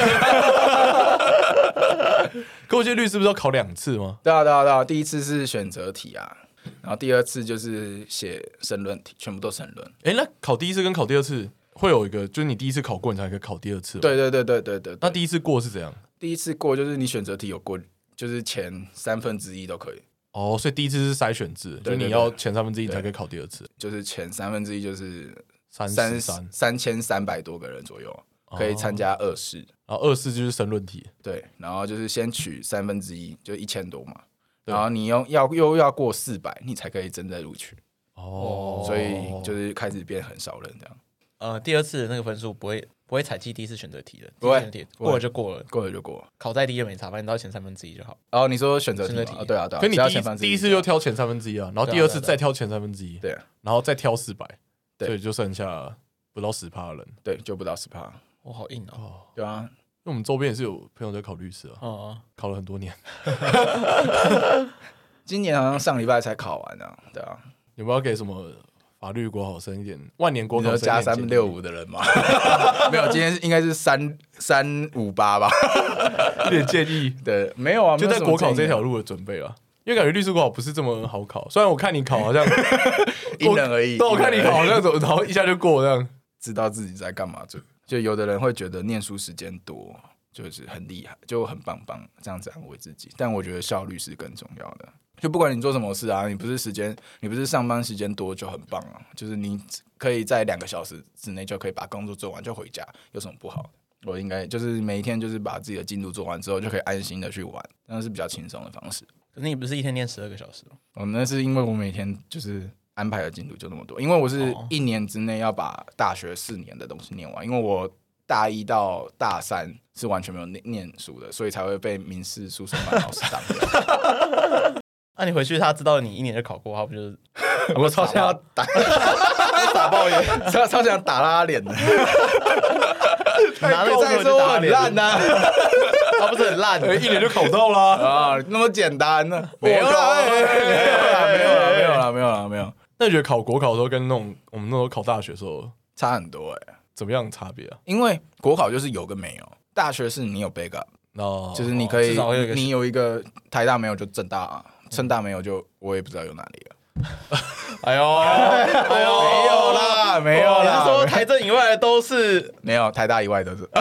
可我记得律师不是要考2次吗？ 对啊，第一次是选择题啊。然后第2次就是写申论题，全部都申论。 那考第1次跟考第2次会有一个，就是你第1次考过，你才可以考第2次。 对。 那第1次过是怎样？ 第1次过就是你选择题有过，就是前1/3都可以。 所以第1次是筛选制，就是你要前1/3才可以考第2次。 就是前1/3就是 3300 多个人左右可以参加2试， 然后2试就是申论题。 对，然后就是先取1/3，就1000多嘛。然后你又要过400，你才可以真的录取。所以就是开始变很少人这样。 第2次的那个分数不会采集第1次选择题的， 不会， 过了就过了，考再低也没差，反正你到前1/3就好。 然后你说选择题，对啊。 可你第一次就挑前1/3啊，然後第2次再挑前1/3， 对， 然后再挑400， 对， 所以就剩下不到10%的人， 对，就不到10%。 哇，好硬哦。 对啊。 因为我们周边也是有朋友在考律师啊，考了很多年。 今年好像上礼拜才考完啊，对啊。 有没有给什么法律国考生一点，万年国考生加365的人吗？没有，今天应该是358吧。 一点建议， 对，没有啊， 就在国考这条路的准备啊。因为感觉律师国考不是这么好考，虽然我看你考好像因人而异， 但我看你考好像然后一下就过这样， 知道自己在干嘛就有的人会觉得念书时间多就是很厉害，就很棒棒这样子安慰自己，但我觉得效率是更重要的。就不管你做什么事啊，你不是上班时间多就很棒啊，就是你可以在2个小时之内就可以把工作做完就回家，有什么不好？我应该就是每一天就是把自己的进度做完之后，就可以安心的去玩，那是比较轻松的方式。 可是你不是一天念12个小时吗？ 那是因为我每天就是安排的进度就那么多，因为我是1年之内要把大学4年的东西念完，因为我大1到大3是完全没有念书的，所以才会被民事诉讼班老师当掉。 那你回去他知道你1年就考过，他不就是我超想要打爆眼，超想打他脸的。 拿那再说我很烂呐， 他不是很烂 ，1年就考到啦啊，那么简单呢？没有啦。 那你觉得考国考的时候跟我们那时候考大学的时候差很多怎么样差别啊？ 因为国考就是有跟没有，大学是你有 backup，就是你可以，你有一个台大没有就政大啊，政大没有就我也不知道有哪里了。 哎呦， 没有啦。 你是说台政以外的都是没有，台大以外都是。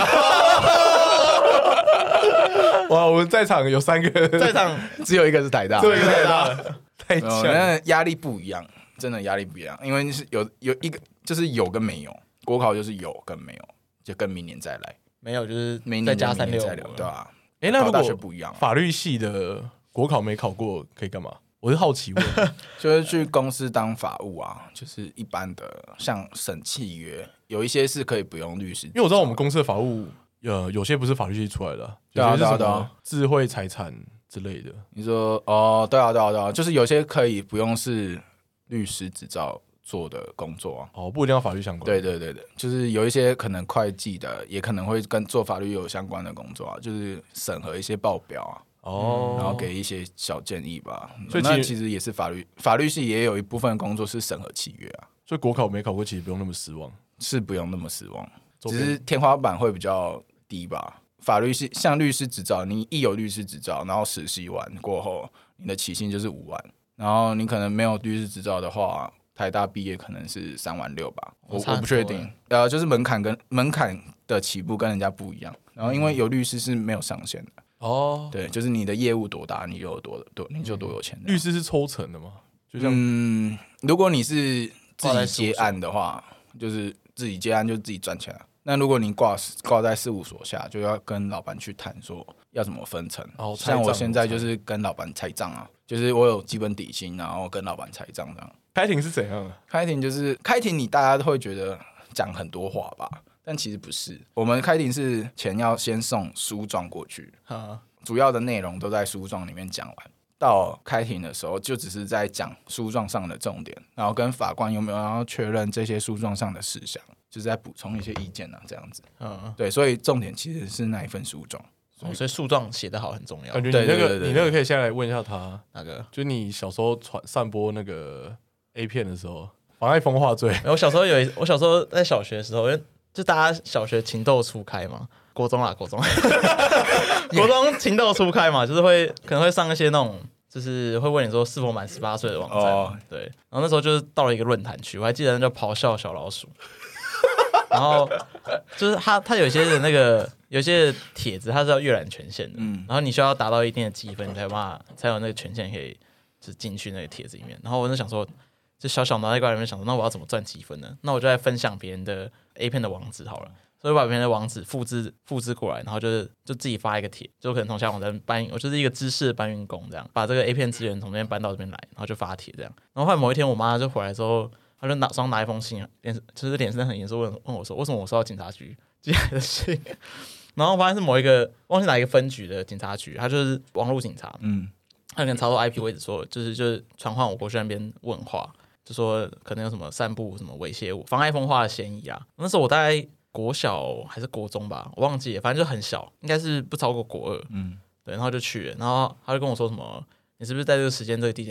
哇，我们在场有3个， 在场只有一个是台大， 只有一个台大，太强。 那压力不一样，真的压力不一样，因为是有一个就是有跟没有，国考就是有跟没有，就跟明年再来， 没有就是明再加年再 365， 对吧？ 那如大学不一样， 法律系的国考没考过可以干嘛？我是好奇问， 就是去公司当法务啊，就是一般的像审契约，有一些是可以不用律师， 因为我知道我们公司的法务有些不是法律系出来的，有些是什么智慧财产之类的。 你说对啊，就是有些可以不用是律师执照做的工作啊， 不一定要法律相关。 对，就是有一些可能会计的，也可能会跟做法律有相关的工作啊，就是审核一些报表啊。然后给一些小建议吧。所以那其实也是法律系也有一部分工作是审核契约啊。 所以国考没考过，其实不用那么失望， 是不用那么失望，只是天花板会比较低吧。法律系像律师执照，你一有律师执照，然后实习完过后，你的起薪就是5万，然后你可能没有律师执照的话，台大毕业可能是3万6吧，我不确定。就是门槛的起步跟人家不一样，然后因为有律师是没有上限的。对，就是你的业务多大，你就有多有钱。 律师是抽成的吗？就像如果你是自己接案的话，就是自己接案就自己赚钱啊。那如果你挂在事务所下，就要跟老板去谈说要怎么分成。像我现在就是跟老板拆账啊，就是我有基本底薪，然后跟老板拆账这样。 开庭是怎样啊？ 开庭你大家都会觉得讲很多话吧？但其实不是，我们开庭是前要先送书状过去，主要的内容都在书状里面讲完。到开庭的时候，就只是在讲书状上的重点，然后跟法官有没有要确认这些书状上的事项，就是在补充一些意见啊，这样子。对，所以重点其实是那一份书状。 所以诉状写得好很重要。 感觉你那个可以先来问一下他， 哪个？ 就你小时候散播那个 A 片的时候，妨碍风化罪。 我小时候在小学的时候，就大家小学情窦初开嘛，国中国中情窦初开嘛，就是可能会上一些那种，就是会问你说是否满18岁的网站。对，然后那时候就是到了一个论坛区，我还记得那叫咆哮小老鼠。然后就是他有些的那个有些帖子，它是要阅览权限的，然后你需要达到一定的积分，才有那个权限可以就是进去那个帖子里面。然后我就想说，就小脑袋瓜里面想说，那我要怎么赚积分呢？那我就来分享别人的 A 片的网址好了，所以我把别人的网址复制过来，然后就自己发一个帖，就可能从其他网站我就是一个知识的搬运工这样，把这个 A 片资源从那边搬到这边来，然后就发帖这样。然后后来某一天我妈就回来之后，她就手上拿一封信，就是脸色很严肃问我说，为什么我收到警察局寄来的信？然后发现是某一个忘记哪一个分局的警察局，他就是网络警察，他可能操作 IP 位置说，就是传唤我过去那边问话，就说可能有什么散布什么猥亵物、妨碍风化的嫌疑啊。那时候我大概国小还是国中吧，我忘记了，反正就很小，应该是不超过国2。对，然后就去了，然后他就跟我说什么，你是不是在这个时间这个地点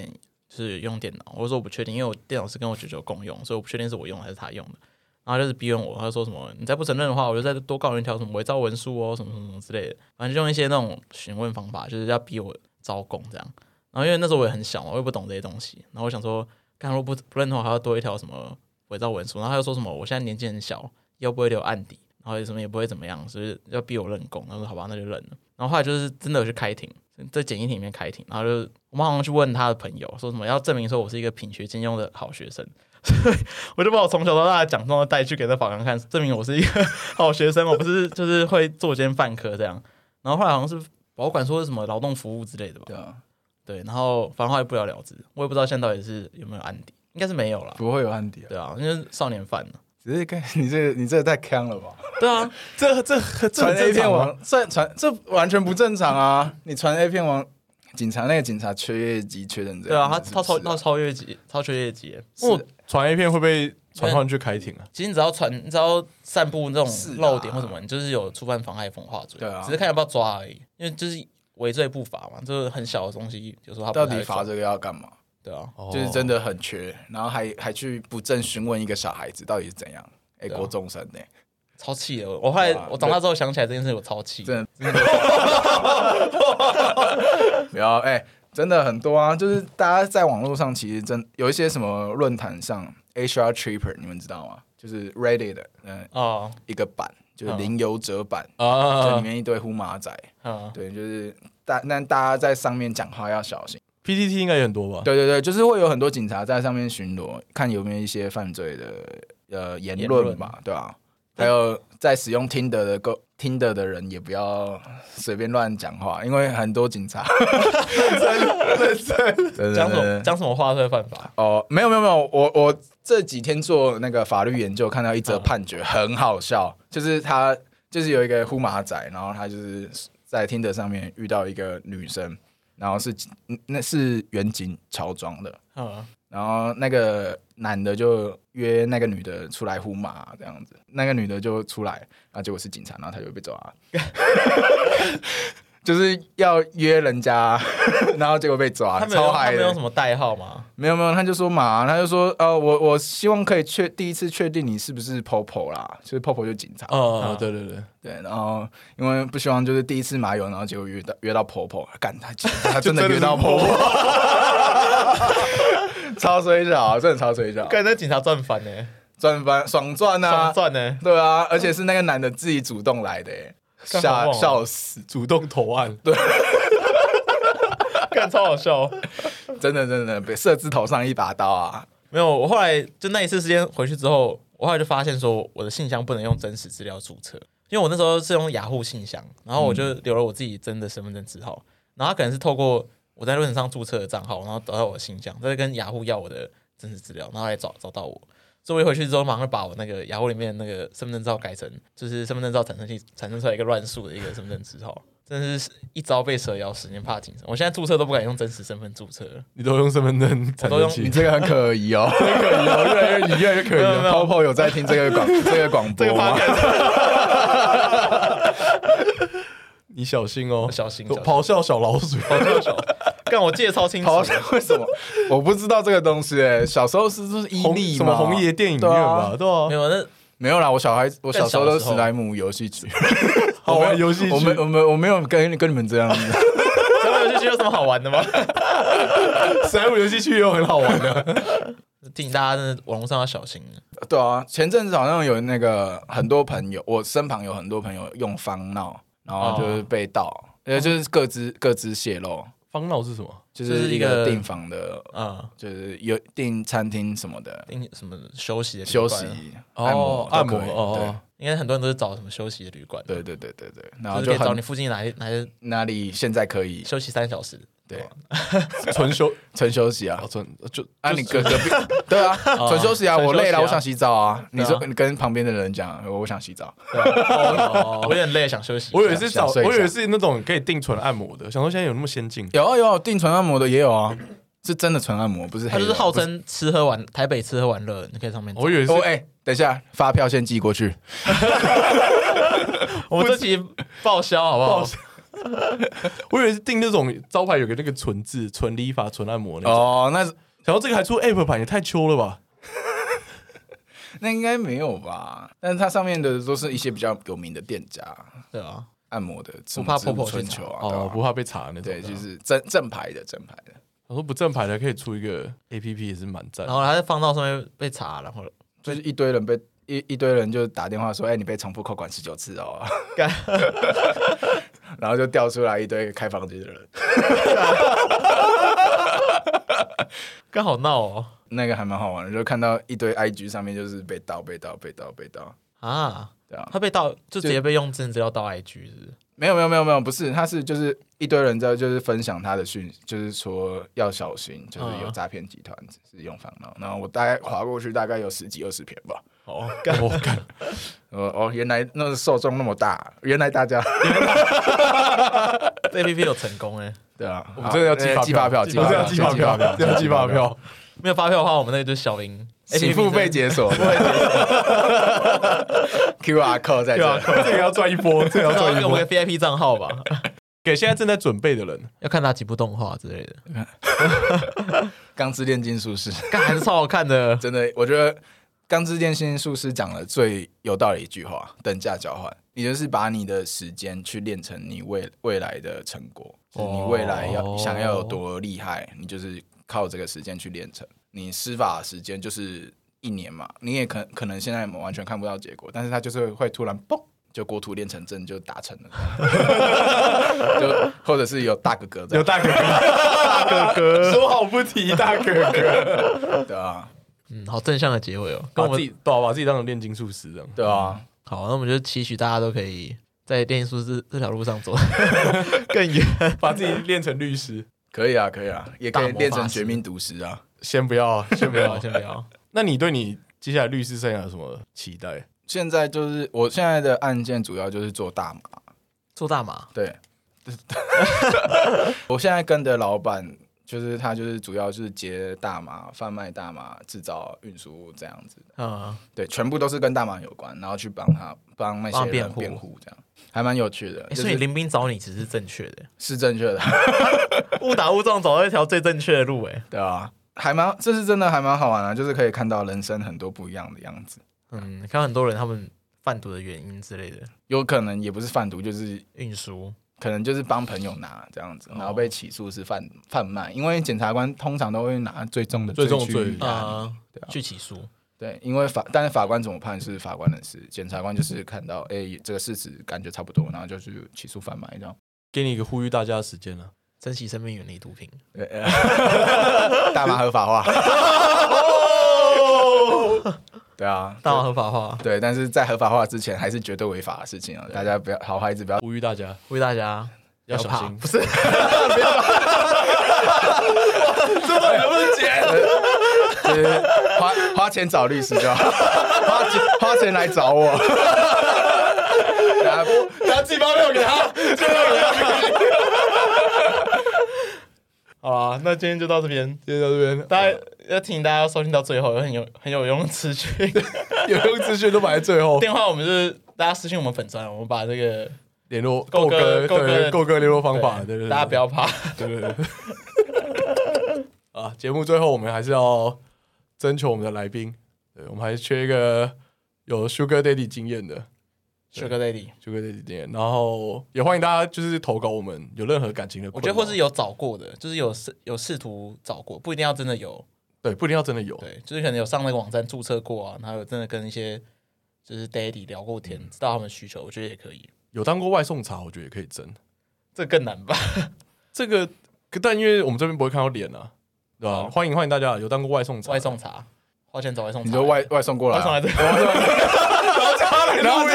就是用电脑，我就说我不确定，因为我电脑是跟我舅舅共用，所以我不确定是我用的还是他用的。然后就是逼问我，他就说什么你再不承认的话，我就再多告你一条什么伪造文书哦，什么什么之类的，反正就用一些那种询问方法，就是要逼我招供这样。然后因为那时候我也很小嘛，我也不懂这些东西，然后我想说，干如果不认的话，还要多一条什么伪造文书。然后他又说什么我现在年纪很小，又不会留案底，然后什么也不会怎么样，所以要逼我认供。然后说好吧，那就认了。然后后来就是真的有去开庭，在简易庭里面开庭，然后就我们好像去问他的朋友，说什么要证明说我是一个品学兼优的好学生。所以我就把我从小到大的奖状都带去给那法官看，证明我是一个好学生，我不是就是会作奸犯科这样。然后后来好像是保管说是什么劳动服务之类的吧， 对啊， 对，然后反正后来不了了之，我也不知道现在到底是有没有案底，应该是没有啦， 不会有案底啊， 对啊，因为少年犯了。 只是看你这个太坑了吧？ 对啊， 这传 A 片王，这完全不正常啊！你传 A 片王，那个警察缺业绩缺成这样， 对啊，他超越级，超缺业绩。 我传 A 片会被传唤去开庭啊？ 其实你只要散布这种漏点或什么，你就是有触犯妨害风化罪， 对啊， 只是看要不要抓而已。因为就是违罪不罚嘛，就是很小的东西，有时候他到底罚这个要干嘛？ 对啊， 就是真的很缺，然后还去不正询问一个小孩子到底是怎样？哎，国中生呢， 超气的。我后来我长大之后想起来这件事，我超气， 真的。不要真的很多啊，就是大家在网络上其实有一些什么论坛上 HR Tripper， 你们知道吗？就是 Reddit 的一个版，就是零游者版，就里面一堆呼马仔，对，就是大家在上面讲话要小心。 PTT 应该也很多吧？ 对对对，就是会有很多警察在上面巡逻，看有没有一些犯罪的言论吧，对吧？还有在使用 Tinder 的人也不要随便乱讲话，因为很多警察认真讲什么话会犯法？ 哦，没有，我这几天做那个法律研究，看到一则判决很好笑，就是他就是有一个呼马仔，然后他就是在 Tinder 上面遇到一个女生。然后那是远景乔装的，然后那个男的就约那个女的出来呼马这样子，那个女的就出来，然后结果是警察，然后他就被抓，就是要约人家，然后结果被抓，超嗨的。 他没有什么代号吗？ 没有，他就说马，他就说我希望可以第一次确定你是不是 Popo 啦，就是 Popo 就警察。对，然后因为不希望就是第一次马友，然后结果约到 Popo， 干他真的约到 Popo， 超衰小，真的超衰小。 干那警察赚翻呢， 赚翻爽赚啊， 爽赚呢。 对啊，而且是那个男的自己主动来的，笑死， 主动投案， 对。 干超好笑， 真的被射字头上一把刀啊！ 没有，我后来就那一次时间回去之后，我后来就发现说我的信箱不能用真实资料注册，因为我那时候是用雅虎信箱，然后我就留了我自己真的身份证字号，然后他可能是透过我在论坛上注册的账号，然后找到我的信箱，再跟雅虎要我的真实资料，然后来找到我。所以我一回去之后，马上就把我那个雅虎里面那个身份证照改成，就是身份证照产生出来一个乱数的一个身份证字号。真的是一朝被蛇咬，10年怕井绳。我现在注册都不敢用真实身份注册了， 你都用身份证产生器， 你这个很可疑哦，很可疑哦，越来越可疑了。Popo 有在听这个广播吗？ 你小心哦， 小心！ 咆哮小老鼠， 咆哮小，干我记得超清楚。 为什么？我不知道这个东西小时候是伊利什么红叶电影院吧？对啊， 没有啦，我小时候都是史莱姆游戏区。 好玩游戏区， 我没有跟你们这样子。 史莱姆游戏区有什么好玩的吗？ 史莱姆游戏区也有很好玩的。 提醒大家，真的网络上要小心。 对啊，前阵子好像有那个很多朋友，我身旁有很多朋友用方闹，然后就是被盗，就是各自泄露。 方闹是什么？ 就是一个订房的，就是有订餐厅什么的， 订什么休息按摩， 对，应该很多人都是找什么休息的旅馆， 对，然后就可以找你附近哪里现在可以休息3小时， 对， 纯休息啊， 你隔壁对啊，纯休息啊，我累了，我想洗澡啊。你说你跟旁边的人讲，我想洗澡， 我有点累，想休息。 我以为是那种可以订纯按摩的，想说现在有那么先进？ 有订纯按摩的也有啊，是真的纯按摩，不是黑的。 他就是号称台北吃喝玩乐，你可以上面。 我以为是等一下，发票先寄过去。 我们这期报销好不好？ 我以为是订那种招牌有个那个纯字、纯理发、纯按摩那种。 哦，那然后这个还出 App 版，也太秋了吧？ 那应该没有吧？但是它上面的都是一些比较有名的店家， 对啊， 按摩的， 不怕什么 POPO 植物春秋啊， 哦， 对吧不怕被查那种。 对，就是正牌的。 我说不正牌的可以出一个 APP 也是蛮赞然。后他在放到上面被查，然后就是一堆人被一堆人就打电话说，你被重复扣款19次哦，然后就调出来一堆开房间的人， 刚好闹哦那个还蛮好玩的，就看到一堆 IG 上面就是被盗啊， 对啊， 他被盗就直接被用真资料盗 IG 是不是？ 没有，不是，他是就是一堆人在就是分享他的讯，就是说要小心，就是有诈骗集团是用防盗，然后我大概划过去，大概有10几20篇吧。 哦， 原来那受众那么大，原来大家这 APP 有成功对啊， 我们真的要寄发票， 寄发票， 要寄发票。 没有发票的话，我们那个就是小林请付费解锁，QR code 在这， 这个要赚一波，这个要赚一波给我们。个 VIP 账号吧， 给现在正在准备的人， 要看哪几部动画之类的， 《钢之炼金术师》 干还是超好看的。 真的，我觉得《钢之炼金术师》讲了最有道理一句话：等价交换。你就是把你的时间去练成你未来的成果，就是你未来想要有多厉害，你就是靠这个时间去练成。你施法的时间就是1年嘛，你也可能现在完全看不到结果，但是它就是会突然嘣，就国土炼成阵就达成了，就或者是有大哥哥， 有大哥哥，说好不提大哥哥， 对啊， 好正向的结尾哦，跟我们把自己当成炼金术师这样， 对啊。 好，那我们就期许大家都可以在炼金术士这条路上走更远， 把自己练成律师。 可以啊，也可以练成绝命毒师啊。 先不要，先不要， 先不要。 那你对你接下来律师生涯有什么期待？ 现在就是我现在的案件主要就是做大麻， 做大麻。 对，我现在跟的老板就是他，就是主要就是接大麻、贩卖大麻、制造、运输这样子的。对，全部都是跟大麻有关，然后去帮那些人辩护，这样还蛮有趣的。 所以林斌找你只是正确的， 是正确的， 误打误撞找到一条最正确的路， 对啊，这是真的还蛮好玩的，就是可以看到人生很多不一样的样子。 看到很多人他们贩毒的原因之类的， 有可能也不是贩毒，就是运输。 可能就是帮朋友拿这样子，然后被起诉是贩卖，因为检察官通常都会拿最重的罪去起诉。 对，因为但是法官怎么判是法官的事，检察官就是看到这个事实感觉差不多，然后就去起诉贩卖这样。 给你一个呼吁大家的时间了， 珍惜生命，远离毒品。 大麻合法化。对啊， 大麻合法化， 对，但是在合法化之前还是绝对违法的事情啊！大家不要，好孩子不要， 呼吁大家要小心， 不是， 不要， 这到底能不能剪？ 就是花钱找律师就好，花钱来找我， 然后寄包票给他，好啦，那今天就到这边， 大家要提醒大家要收听到最后，很有用的资讯， 有用资讯都摆在最后。 电话我们就是大家私信我们粉专，我们把这个联络购哥联络方法，对， 大家不要怕， 对。啊，节目最后我们还是要征求我们的来宾，对，我们还是缺一个有 Sugar Daddy 经验的 Sugar Daddy 经验，然后也欢迎大家就是投稿我们有任何感情的困扰， 我觉得或是有找过的，就是有试图找过，不一定要真的有， 对，不一定要真的有， 对，就是可能有上那个网站注册过啊，然后有真的跟一些就是 Daddy 聊过天，知道他们需求，我觉得也可以。 有当过外送茶，我觉得也可以争， 这更难吧？ 这个，但因为我们这边不会看到脸啊，对吧？欢迎大家有当过外送茶， 花钱找外送茶， 你就外送过来， 外送来这， 然后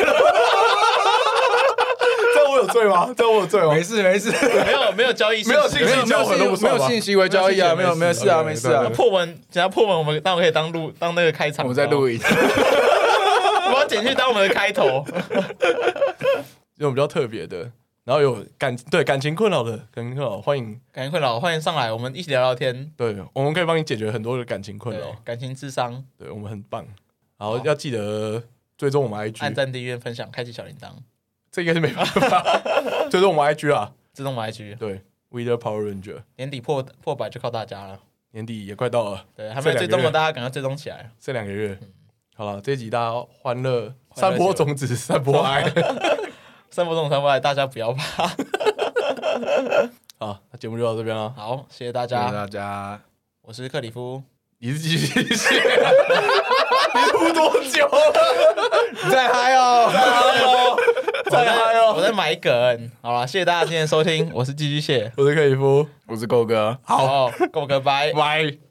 这我有罪吗？ 没事， 没有交易， 没有信息交换都不算吧， 没有信息为交易啊，没事啊。 破文，等下破文，我们当然可以当那个开场， 我们在录影， 我要剪去当我们的开头， 这种比较特别的。然后有感情困扰的，欢迎上来，我们一起聊聊天。 对，我们可以帮你解决很多的感情困扰， 感情智商， 对我们很棒。然后要记得追踪我们 IG， 按赞、订阅、分享、开启小铃铛， 这应该是没办法。 追踪我们 IG 啊， 自动买 IG， 对 We the Power Ranger， 年底破100就靠大家了。 年底也快到了， 对，还没有追踪的大家赶快追踪起来。 剩2个月，好了，这一集大家欢乐，散播种子，散播爱， 散播种子，散播爱，大家不要怕。 好，那节目就到这边了。 好，谢谢大谢谢家， 大家。 我是克里夫。 你是继续谢，你录多久了？ 你再嗨哦， 再嗨哦！ 我在埋梗。好了，谢谢大家今天的收听，我是寄居蟹。 我是克里夫， 我是狗哥。 好，够哥拜。 拜。